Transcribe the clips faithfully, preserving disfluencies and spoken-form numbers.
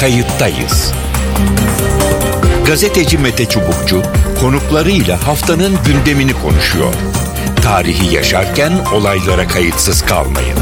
Kayıttayız. Gazeteci Mete Çubukçu konuklarıyla haftanın gündemini konuşuyor. Tarihi yaşarken olaylara kayıtsız kalmayın.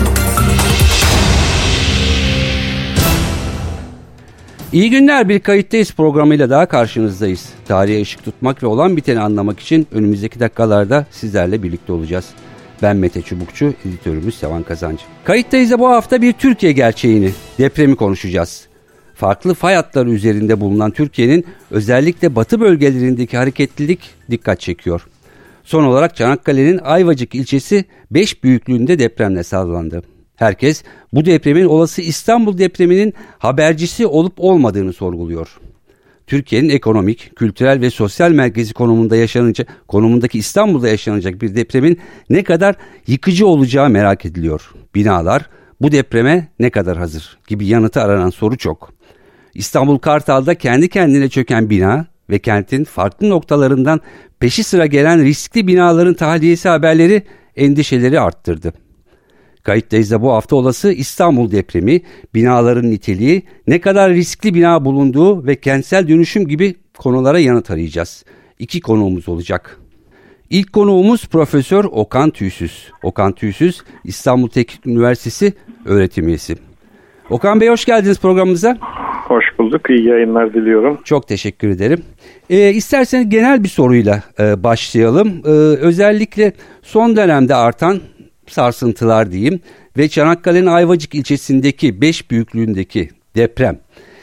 İyi günler, bir Kayıttayız programıyla daha karşınızdayız. Tarihe ışık tutmak ve olan biteni anlamak için önümüzdeki dakikalarda sizlerle birlikte olacağız. Ben Mete Çubukçu, editörümüz Sevan Kazancı. Kayıttayız'da bu hafta bir Türkiye gerçeğini, depremi konuşacağız. Farklı fay hatları üzerinde bulunan Türkiye'nin özellikle batı bölgelerindeki hareketlilik dikkat çekiyor. Son olarak Çanakkale'nin Ayvacık ilçesi beş büyüklüğünde depremle sallandı. Herkes bu depremin olası İstanbul depreminin habercisi olup olmadığını sorguluyor. Türkiye'nin ekonomik, kültürel ve sosyal merkezi konumunda yaşanacak, konumundaki İstanbul'da yaşanacak bir depremin ne kadar yıkıcı olacağı merak ediliyor. Binalar bu depreme ne kadar hazır gibi yanıtı aranan soru çok. İstanbul Kartal'da kendi kendine çöken bina ve kentin farklı noktalarından peşi sıra gelen riskli binaların tahliyesi haberleri endişeleri arttırdı. Kayıttayız'da bu hafta olası İstanbul depremi, binaların niteliği, ne kadar riskli bina bulunduğu ve kentsel dönüşüm gibi konulara yanıt arayacağız. İki konuğumuz olacak. İlk konuğumuz Profesör Okan Tüysüz. Okan Tüysüz, İstanbul Teknik Üniversitesi öğretim üyesi. Okan Bey, hoş geldiniz programımıza. Hoş bulduk. İyi yayınlar diliyorum. Çok teşekkür ederim. Ee, isterseniz genel bir soruyla e, başlayalım. Ee, özellikle son dönemde artan sarsıntılar diyeyim ve Çanakkale'nin Ayvacık ilçesindeki beş büyüklüğündeki deprem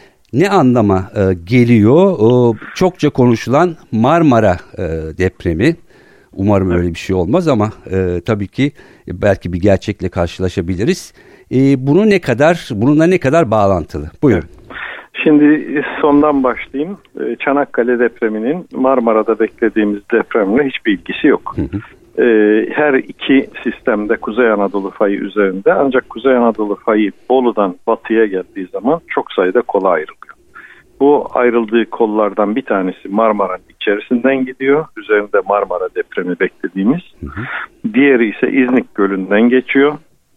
ne anlama e, geliyor? E, çokça konuşulan Marmara e, depremi. Umarım öyle bir şey olmaz ama e, tabii ki belki bir gerçekle karşılaşabiliriz. E, bunu ne kadar, bununla ne kadar bağlantılı? Buyurun. Şimdi sondan başlayayım. Çanakkale depreminin Marmara'da beklediğimiz depremle hiçbir ilgisi yok. Hı hı. Her iki sistemde Kuzey Anadolu fayı üzerinde, ancak Kuzey Anadolu fayı Bolu'dan batıya geldiği zaman çok sayıda kola ayrılıyor. Bu ayrıldığı kollardan bir tanesi Marmara'nın içerisinden gidiyor. Üzerinde Marmara depremi beklediğimiz. Hı hı. Diğeri ise İznik Gölü'nden geçiyor.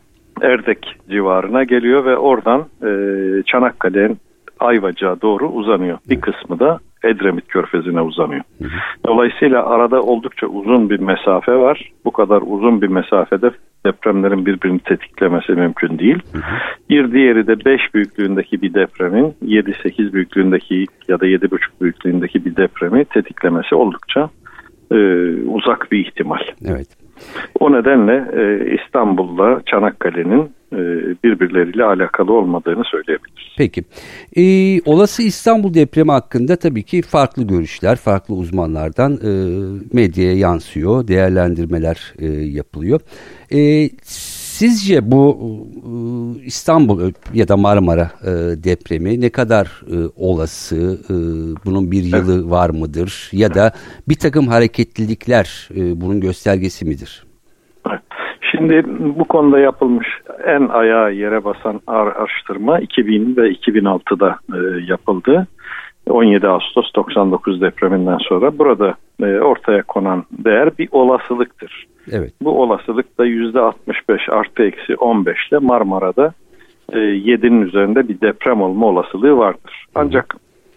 Erdek civarına geliyor ve oradan e, Çanakkale'nin Ayvacık'a doğru uzanıyor. Bir kısmı da Edremit Körfezi'ne uzanıyor. Dolayısıyla arada oldukça uzun bir mesafe var. Bu kadar uzun bir mesafede depremlerin birbirini tetiklemesi mümkün değil. Bir diğeri de beş büyüklüğündeki bir depremin yedi sekiz büyüklüğündeki ya da yedi buçuk büyüklüğündeki bir depremi tetiklemesi oldukça e, uzak bir ihtimal. Evet. O nedenle e, İstanbul'la Çanakkale'nin e, birbirleriyle alakalı olmadığını söyleyebiliriz. Peki. Ee, olası İstanbul depremi hakkında tabii ki farklı görüşler, farklı uzmanlardan e, medyaya yansıyor, değerlendirmeler e, yapılıyor. E, sizce bu e, İstanbul ya da Marmara e, depremi ne kadar e, olası, e, bunun bir yılı evet. var mıdır ya da bir takım hareketlilikler e, bunun göstergesi midir? Şimdi bu konuda yapılmış en ayağı yere basan araştırma iki bin ve iki bin altıda e, yapıldı. on yedi Ağustos doksan dokuz depreminden sonra burada e, ortaya konan değer bir olasılıktır. Evet. Bu olasılık da yüzde altmış beş artı eksi on beş ile Marmara'da e, yedinin üzerinde bir deprem olma olasılığı vardır. Ancak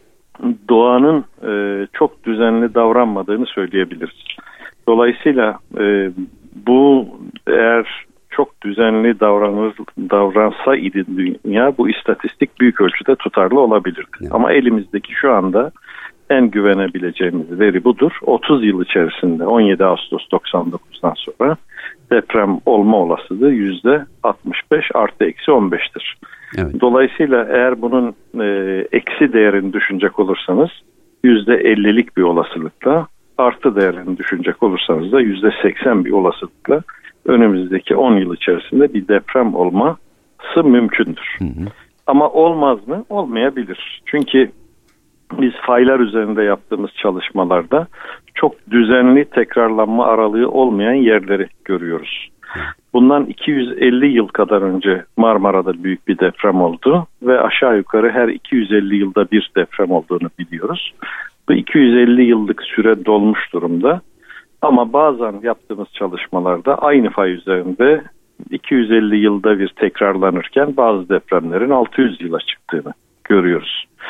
doğanın e, çok düzenli davranmadığını söyleyebiliriz. Dolayısıyla e, bu eğer çok düzenli davranır, davransa idi dünya, bu istatistik büyük ölçüde tutarlı olabilirdi. Evet. Ama elimizdeki şu anda en güvenebileceğimiz veri budur. otuz yıl içerisinde on yedi Ağustos doksan dokuzdan sonra deprem olma olasılığı yüzde altmış beş artı eksi on beştir. Evet. Dolayısıyla eğer bunun e, eksi değerini düşünecek olursanız yüzde ellilik bir olasılıkla, artı değerini düşünecek olursanız da yüzde seksen bir olasılıkla önümüzdeki on yıl içerisinde bir deprem olması mümkündür. Hı hı. Ama olmaz mı? Olmayabilir. Çünkü biz faylar üzerinde yaptığımız çalışmalarda çok düzenli tekrarlanma aralığı olmayan yerleri görüyoruz. Bundan iki yüz elli yıl kadar önce Marmara'da büyük bir deprem oldu ve aşağı yukarı her iki yüz elli yılda bir deprem olduğunu biliyoruz. Bu iki yüz elli yıllık süre dolmuş durumda. Ama bazen yaptığımız çalışmalarda aynı fay üzerinde iki yüz elli yılda bir tekrarlanırken bazı depremlerin altı yüz yıla çıktığını görüyoruz.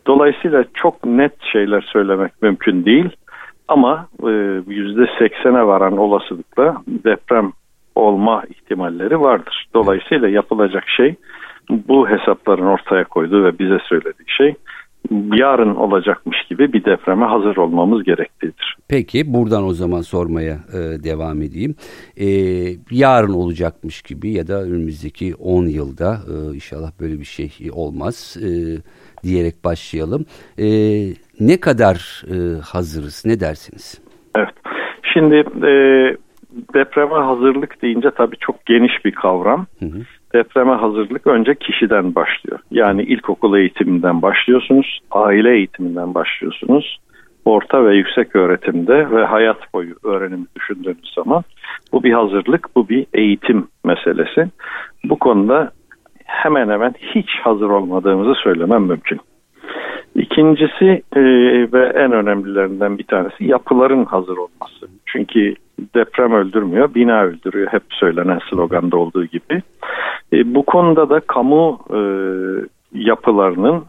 Dolayısıyla çok net şeyler söylemek mümkün değil. Ama yüzde seksene varan olasılıkla deprem olma ihtimalleri vardır. Dolayısıyla yapılacak şey bu hesapların ortaya koyduğu ve bize söylediği şey yarın olacakmış gibi bir depreme hazır olmamız gereklidir. Peki buradan o zaman sormaya e, devam edeyim. E, yarın olacakmış gibi ya da önümüzdeki on yılda e, inşallah böyle bir şey olmaz e, diyerek başlayalım. E, ne kadar e, hazırız, ne dersiniz? Evet, şimdi e, depreme hazırlık deyince tabii çok geniş bir kavram. Hı hı. Depreme hazırlık önce kişiden başlıyor. Yani ilkokul eğitiminden başlıyorsunuz, aile eğitiminden başlıyorsunuz. Orta ve yüksek öğretimde ve hayat boyu öğrenimi düşündüğünüz zaman bu bir hazırlık, bu bir eğitim meselesi. Bu konuda hemen hemen hiç hazır olmadığımızı söylemem mümkün. İkincisi e, ve en önemlilerinden bir tanesi yapıların hazır olması. Çünkü deprem öldürmüyor, bina öldürüyor. Hep söylenen sloganda olduğu gibi. E, bu konuda da kamu e, yapılarının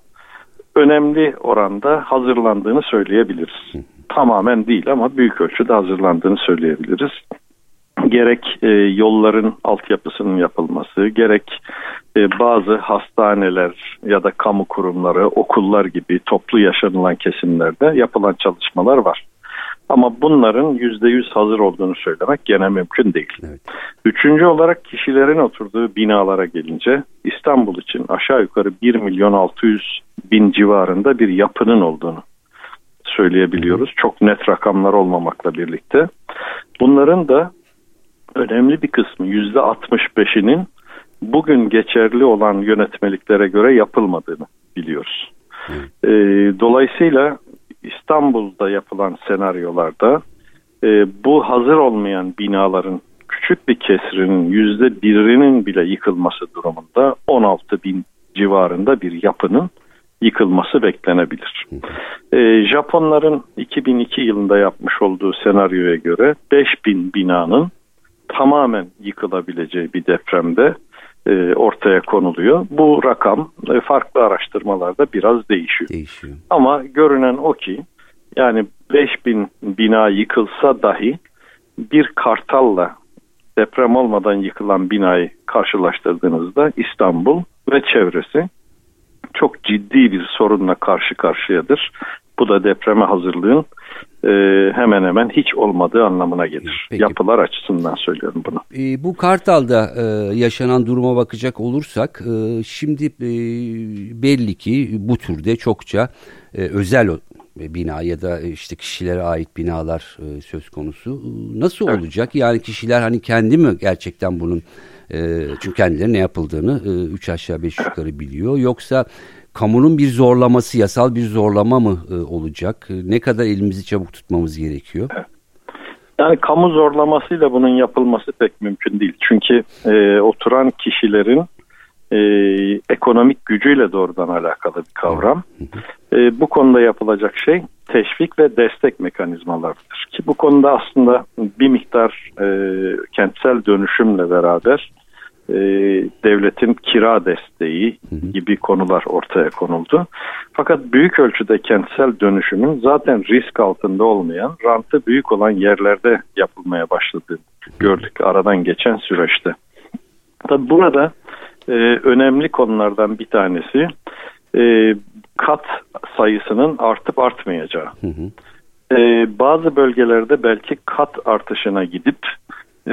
önemli oranda hazırlandığını söyleyebiliriz. Tamamen değil ama büyük ölçüde hazırlandığını söyleyebiliriz. Gerek e, yolların altyapısının yapılması, gerek e, bazı hastaneler ya da kamu kurumları, okullar gibi toplu yaşanılan kesimlerde yapılan çalışmalar var. Ama bunların yüzde yüz hazır olduğunu söylemek gene mümkün değil. Evet. Üçüncü olarak kişilerin oturduğu binalara gelince İstanbul için aşağı yukarı bir milyon altı yüz bin civarında bir yapının olduğunu söyleyebiliyoruz. Çok net rakamlar olmamakla birlikte. Bunların da önemli bir kısmı yüzde altmış beşinin bugün geçerli olan yönetmeliklere göre yapılmadığını biliyoruz. E, dolayısıyla İstanbul'da yapılan senaryolarda e, bu hazır olmayan binaların küçük bir kesrinin yüzde birinin bile yıkılması durumunda on altı bin civarında bir yapının yıkılması beklenebilir. E, Japonların iki bin iki yılında yapmış olduğu senaryoya göre beş bin binanın tamamen yıkılabileceği bir depremde e, ortaya konuluyor. Bu rakam e, farklı araştırmalarda biraz değişiyor. değişiyor. Ama görünen o ki yani beş bin bina yıkılsa dahi bir Kartal'la deprem olmadan yıkılan binayı karşılaştırdığınızda İstanbul ve çevresi çok ciddi bir sorunla karşı karşıyadır. Bu da depreme hazırlığın e, hemen hemen hiç olmadığı anlamına gelir. Peki. Yapılar açısından söylüyorum bunu. E, bu Kartal'da e, yaşanan duruma bakacak olursak e, şimdi e, belli ki bu türde çokça e, özel bina ya da işte kişilere ait binalar e, söz konusu. Nasıl evet. olacak? Yani kişiler hani kendi mi gerçekten bunun e, çünkü kendileri ne yapıldığını e, üç aşağı beş yukarı biliyor. Yoksa kamunun bir zorlaması, yasal bir zorlama mı e, olacak? Ne kadar elimizi çabuk tutmamız gerekiyor? Yani kamu zorlamasıyla bunun yapılması pek mümkün değil. Çünkü e, oturan kişilerin e, ekonomik gücüyle doğrudan alakalı bir kavram. E, bu konuda yapılacak şey teşvik ve destek mekanizmalarıdır. Ki bu konuda aslında bir miktar e, kentsel dönüşümle beraber e, devletin kira desteği gibi konular ortaya konuldu. Fakat büyük ölçüde kentsel dönüşümün zaten risk altında olmayan, rantı büyük olan yerlerde yapılmaya başladığını gördük aradan geçen süreçte. Tabii burada e, önemli konulardan bir tanesi e, kat sayısının artıp artmayacağı. Hı hı. E, bazı bölgelerde belki kat artışına gidip e,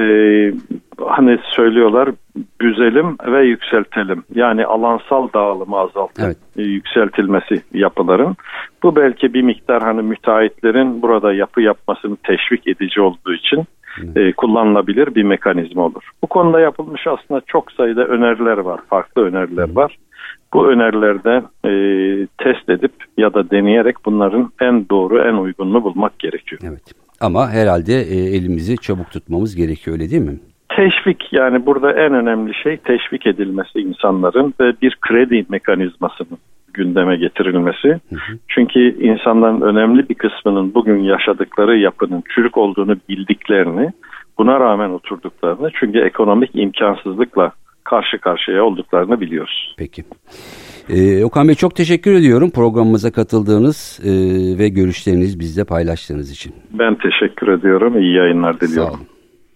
hani söylüyorlar büzelim ve yükseltelim. Yani alansal dağılımı azaltıp evet. e, yükseltilmesi yapıların. Bu belki bir miktar hani müteahhitlerin burada yapı yapmasını teşvik edici olduğu için e, kullanılabilir bir mekanizma olur. Bu konuda yapılmış aslında çok sayıda öneriler var. Farklı öneriler var. Bu önerilerde e, test edip ya da deneyerek bunların en doğru, en uygununu bulmak gerekiyor. Evet. Ama herhalde e, elimizi çabuk tutmamız gerekiyor, öyle değil mi? Teşvik, yani burada en önemli şey teşvik edilmesi insanların ve bir kredi mekanizmasının gündeme getirilmesi. Hı hı. Çünkü insanların önemli bir kısmının bugün yaşadıkları yapının çürük olduğunu bildiklerini, buna rağmen oturduklarını, çünkü ekonomik imkansızlıkla karşı karşıya olduklarını biliyoruz. Peki. Ee, Okan Bey çok teşekkür ediyorum programımıza katıldığınız e, ve görüşlerinizi bizle paylaştığınız için. Ben teşekkür ediyorum. İyi yayınlar diliyorum. Sağ olun.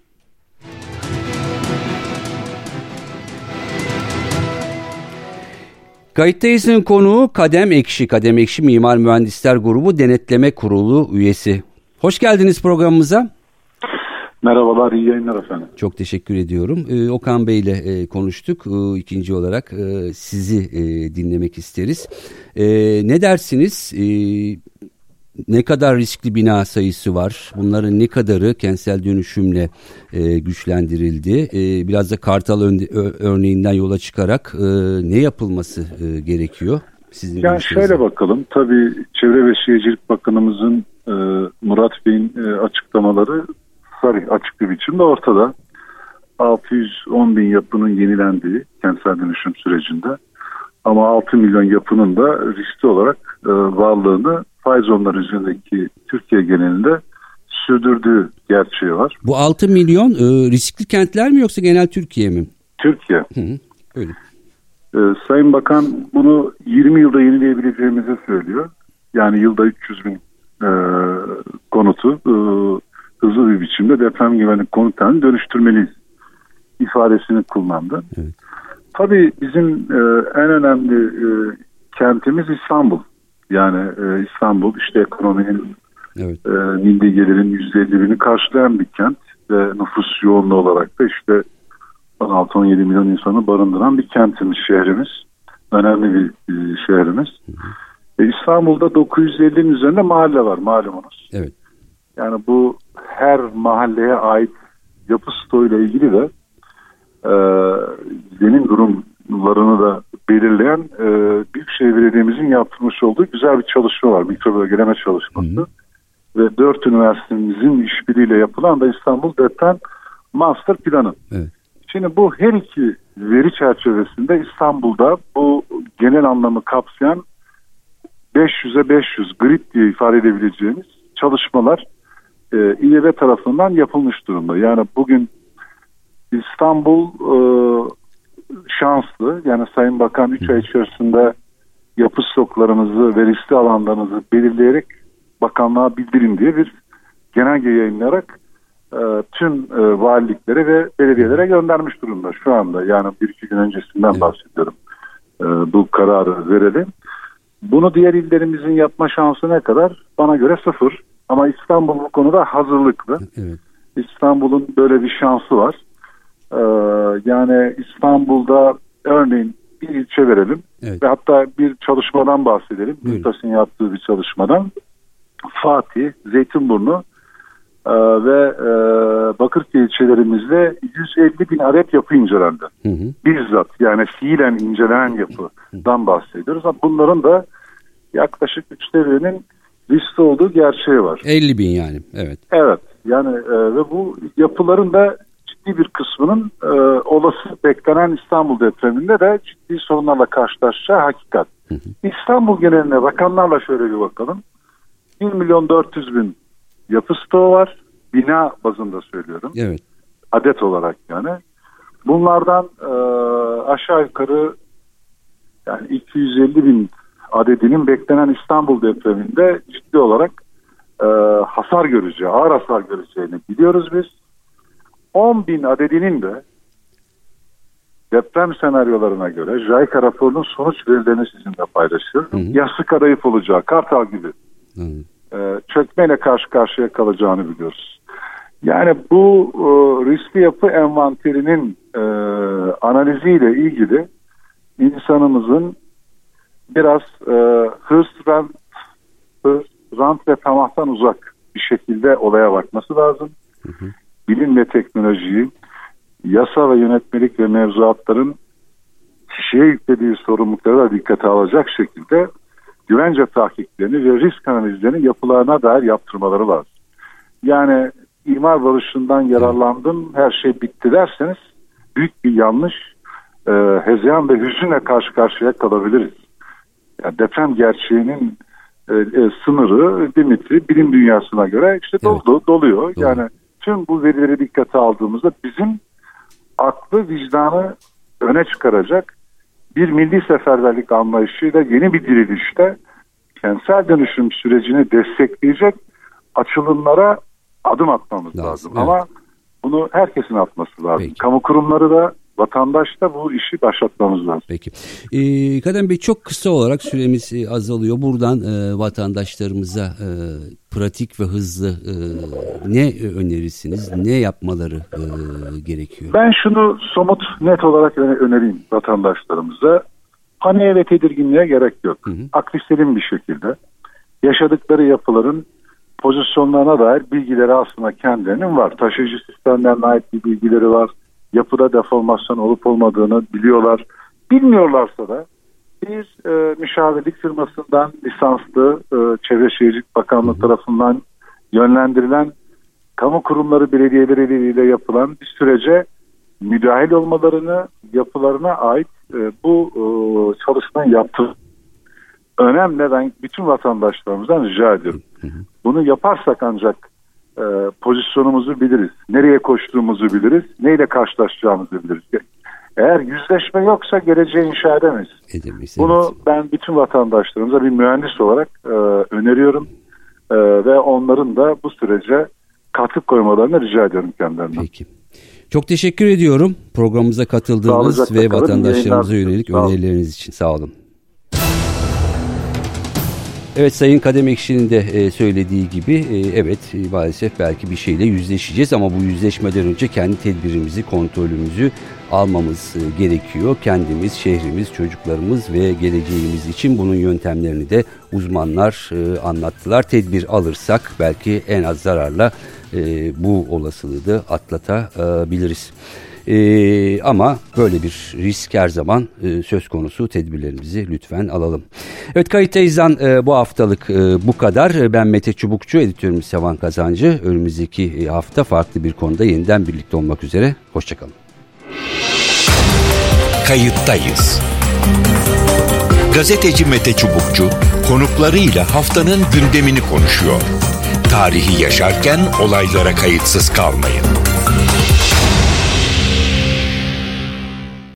Kayıttayız'ın konuğu Kadem Ekşi, Kadem Ekşi Mimar Mühendisler Grubu Denetleme Kurulu üyesi. Hoş geldiniz programımıza. Merhabalar, iyi yayınlar efendim. Çok teşekkür ediyorum. Ee, Okan Bey ile e, konuştuk. Ee, ikinci olarak e, sizi e, dinlemek isteriz. E, ne dersiniz? E, ne kadar riskli bina sayısı var? Bunların ne kadarı kentsel dönüşümle e, güçlendirildi? E, biraz da Kartal ön- örneğinden yola çıkarak e, ne yapılması e, gerekiyor? Sizin yani şöyle bakalım. Tabii Çevre ve Şehircilik Bakanımızın e, Murat Bey'in e, açıklamaları sarı açık bir biçimde ortada. altı yüz on bin yapının yenilendiği kentsel dönüşüm sürecinde ama altı milyon yapının da riskli olarak e, varlığını faiz zonları üzerindeki Türkiye genelinde sürdürdüğü gerçeği var. Bu altı milyon e, riskli kentler mi yoksa genel Türkiye mi? Türkiye. Hı hı, öyle. E, Sayın Bakan bunu yirmi yılda yenileyebileceğimizi söylüyor. Yani yılda üç yüz bin e, konutu e, hızlı bir biçimde deprem güvenlik konutlarını dönüştürmeliyiz ifadesini kullandı. Evet. Tabii bizim e, en önemli e, kentimiz İstanbul. Yani e, İstanbul işte ekonominin evet. e, milli gelirin yüzde elli birini karşılayan bir kent ve nüfus yoğunluğu olarak da işte on altı on yedi milyon insanı barındıran bir kentimiz, şehrimiz. Önemli bir e, şehrimiz. Hı hı. E, İstanbul'da dokuz yüz ellinin üzerinde mahalle var malumunuz. Evet. Yani bu her mahalleye ait yapı stoğuyla ilgili de e, zemin durumlarını da belirleyen e, Büyükşehir Belediye'mizin yaptırmış olduğu güzel bir çalışma var. Mikrobölgeleme çalışması. Hı hı. Ve dört üniversitemizin işbirliğiyle yapılan da İstanbul Deprem Master Planı. Evet. Şimdi bu her iki veri çerçevesinde İstanbul'da bu genel anlamı kapsayan beş yüze beş yüz grid diye ifade edebileceğimiz çalışmalar e, İİB tarafından yapılmış durumda. Yani bugün İstanbul e, şanslı. Yani Sayın Bakan üç ay içerisinde yapı stoklarımızı ve riskli alanlarınızı belirleyerek bakanlığa bildirin diye bir genelge yayınlayarak e, tüm e, valiliklere ve belediyelere göndermiş durumda şu anda. Yani bir iki gün öncesinden bahsediyorum. E, bu kararı verelim. Bunu diğer illerimizin yapma şansı ne kadar? Bana göre sıfır. Ama İstanbul bu konuda hazırlıklı. Evet. İstanbul'un böyle bir şansı var. Ee, yani İstanbul'da örneğin bir ilçe verelim. Evet. Ve hatta bir çalışmadan bahsedelim. Mültas'ın yaptığı bir çalışmadan. Fatih, Zeytinburnu e, ve e, Bakırköy ilçelerimizde yüz elli bin adet yapı incelendi. Hı hı. Bizzat yani fiilen incelenen yapıdan bahsediyoruz. Bunların da yaklaşık üçte birinin liste olduğu gerçeği var. elli bin yani. Evet. Evet. Yani e, ve bu yapıların da ciddi bir kısmının e, olası beklenen İstanbul depreminde de ciddi sorunlarla karşılaşacağı hakikat. Hı hı. İstanbul geneline bakanlarla şöyle bir bakalım. bir milyon dört yüz bin yapı stoğu var. Bina bazında söylüyorum. Evet. Adet olarak yani. Bunlardan e, aşağı yukarı yani iki yüz elli bin adedinin beklenen İstanbul depreminde ciddi olarak e, hasar göreceği, ağır hasar göreceğini biliyoruz biz. on bin adedinin de deprem senaryolarına göre JICA raporunun sonuç verilerini sizinle paylaşıyorum. Yassı kadayıf olacağı, Kartal gibi e, çökmeyle karşı karşıya kalacağını biliyoruz. Yani bu e, riskli yapı envanterinin e, analiziyle ilgili insanımızın biraz e, hırs, rant, hırs, rant ve tamahtan uzak bir şekilde olaya bakması lazım. Hı hı. Bilim ve teknolojiyi, yasa ve yönetmelik ve mevzuatların kişiye yüklediği sorumlulukları da dikkate alacak şekilde güvence tahkiklerini ve risk analizlerini yapılarına dair yaptırmaları lazım. Yani imar barışından yararlandım, her şey bitti derseniz büyük bir yanlış, e, hezeyan ve hüzünle karşı karşıya kalabiliriz. Yani deprem gerçeğinin e, e, sınırı, limiti bilim dünyasına göre işte evet. dolu, doluyor. Doğru. Yani tüm bu verileri dikkate aldığımızda bizim aklı, vicdanı öne çıkaracak bir milli seferberlik anlayışıyla yeni bir dirilişte kentsel dönüşüm sürecini destekleyecek açılımlara adım atmamız lazım. lazım. Evet. Ama bunu herkesin atması lazım. Peki. Kamu kurumları da, vatandaş da bu işi başlatmamız lazım. Peki. Ee, Kadem Bey, çok kısa olarak süremiz azalıyor. Buradan e, vatandaşlarımıza e, pratik ve hızlı e, ne önerirsiniz? Ne yapmaları e, gerekiyor? Ben şunu somut, net olarak önereyim vatandaşlarımıza. Paniğe ve tedirginliğe gerek yok. Hı hı. Aktiflerin bir şekilde yaşadıkları yapıların pozisyonlarına dair bilgileri aslında kendilerinin var. Taşıyıcı sistemlerine ait bir bilgileri var. Yapıda deformasyon olup olmadığını biliyorlar. Bilmiyorlarsa da bir e, müşavirlik firmasından lisanslı e, Çevre Şehircilik Bakanlığı tarafından yönlendirilen kamu kurumları belediyeleriyle yapılan bir sürece müdahil olmalarını, yapılarına ait e, bu e, çalışmayı yaptı. Önemli, ben bütün vatandaşlarımızdan rica ediyorum. Bunu yaparsak ancak e, pozisyonumuzu biliriz. Nereye koştuğumuzu biliriz. Neyle karşılaşacağımızı biliriz. Eğer yüzleşme yoksa geleceği inşa edemeyiz. Edemeyiz, bunu evet. Ben bütün vatandaşlarımıza bir mühendis olarak e, öneriyorum. E, ve onların da bu sürece katkı koymalarını rica ediyorum kendilerinden. Peki. Çok teşekkür ediyorum programımıza katıldığınız ve vatandaşlarımıza yönelik önerileriniz için. Sağ olun. Evet, Sayın Kadem Ekşi'nin de söylediği gibi evet maalesef belki bir şeyle yüzleşeceğiz ama bu yüzleşmeden önce kendi tedbirimizi, kontrolümüzü almamız gerekiyor. Kendimiz, şehrimiz, çocuklarımız ve geleceğimiz için bunun yöntemlerini de uzmanlar anlattılar. Tedbir alırsak belki en az zararla bu olasılığı da atlatabiliriz. Ee, ama böyle bir risk her zaman e, söz konusu, tedbirlerimizi lütfen alalım. Evet, kayıttayızdan e, bu haftalık e, bu kadar. Ben Mete Çubukçu, editörümüz Sevan Kazancı. Önümüzdeki hafta farklı bir konuda yeniden birlikte olmak üzere. Hoşçakalın. Kayıttayız. Gazeteci Mete Çubukçu konuklarıyla haftanın gündemini konuşuyor. Tarihi yaşarken olaylara kayıtsız kalmayın.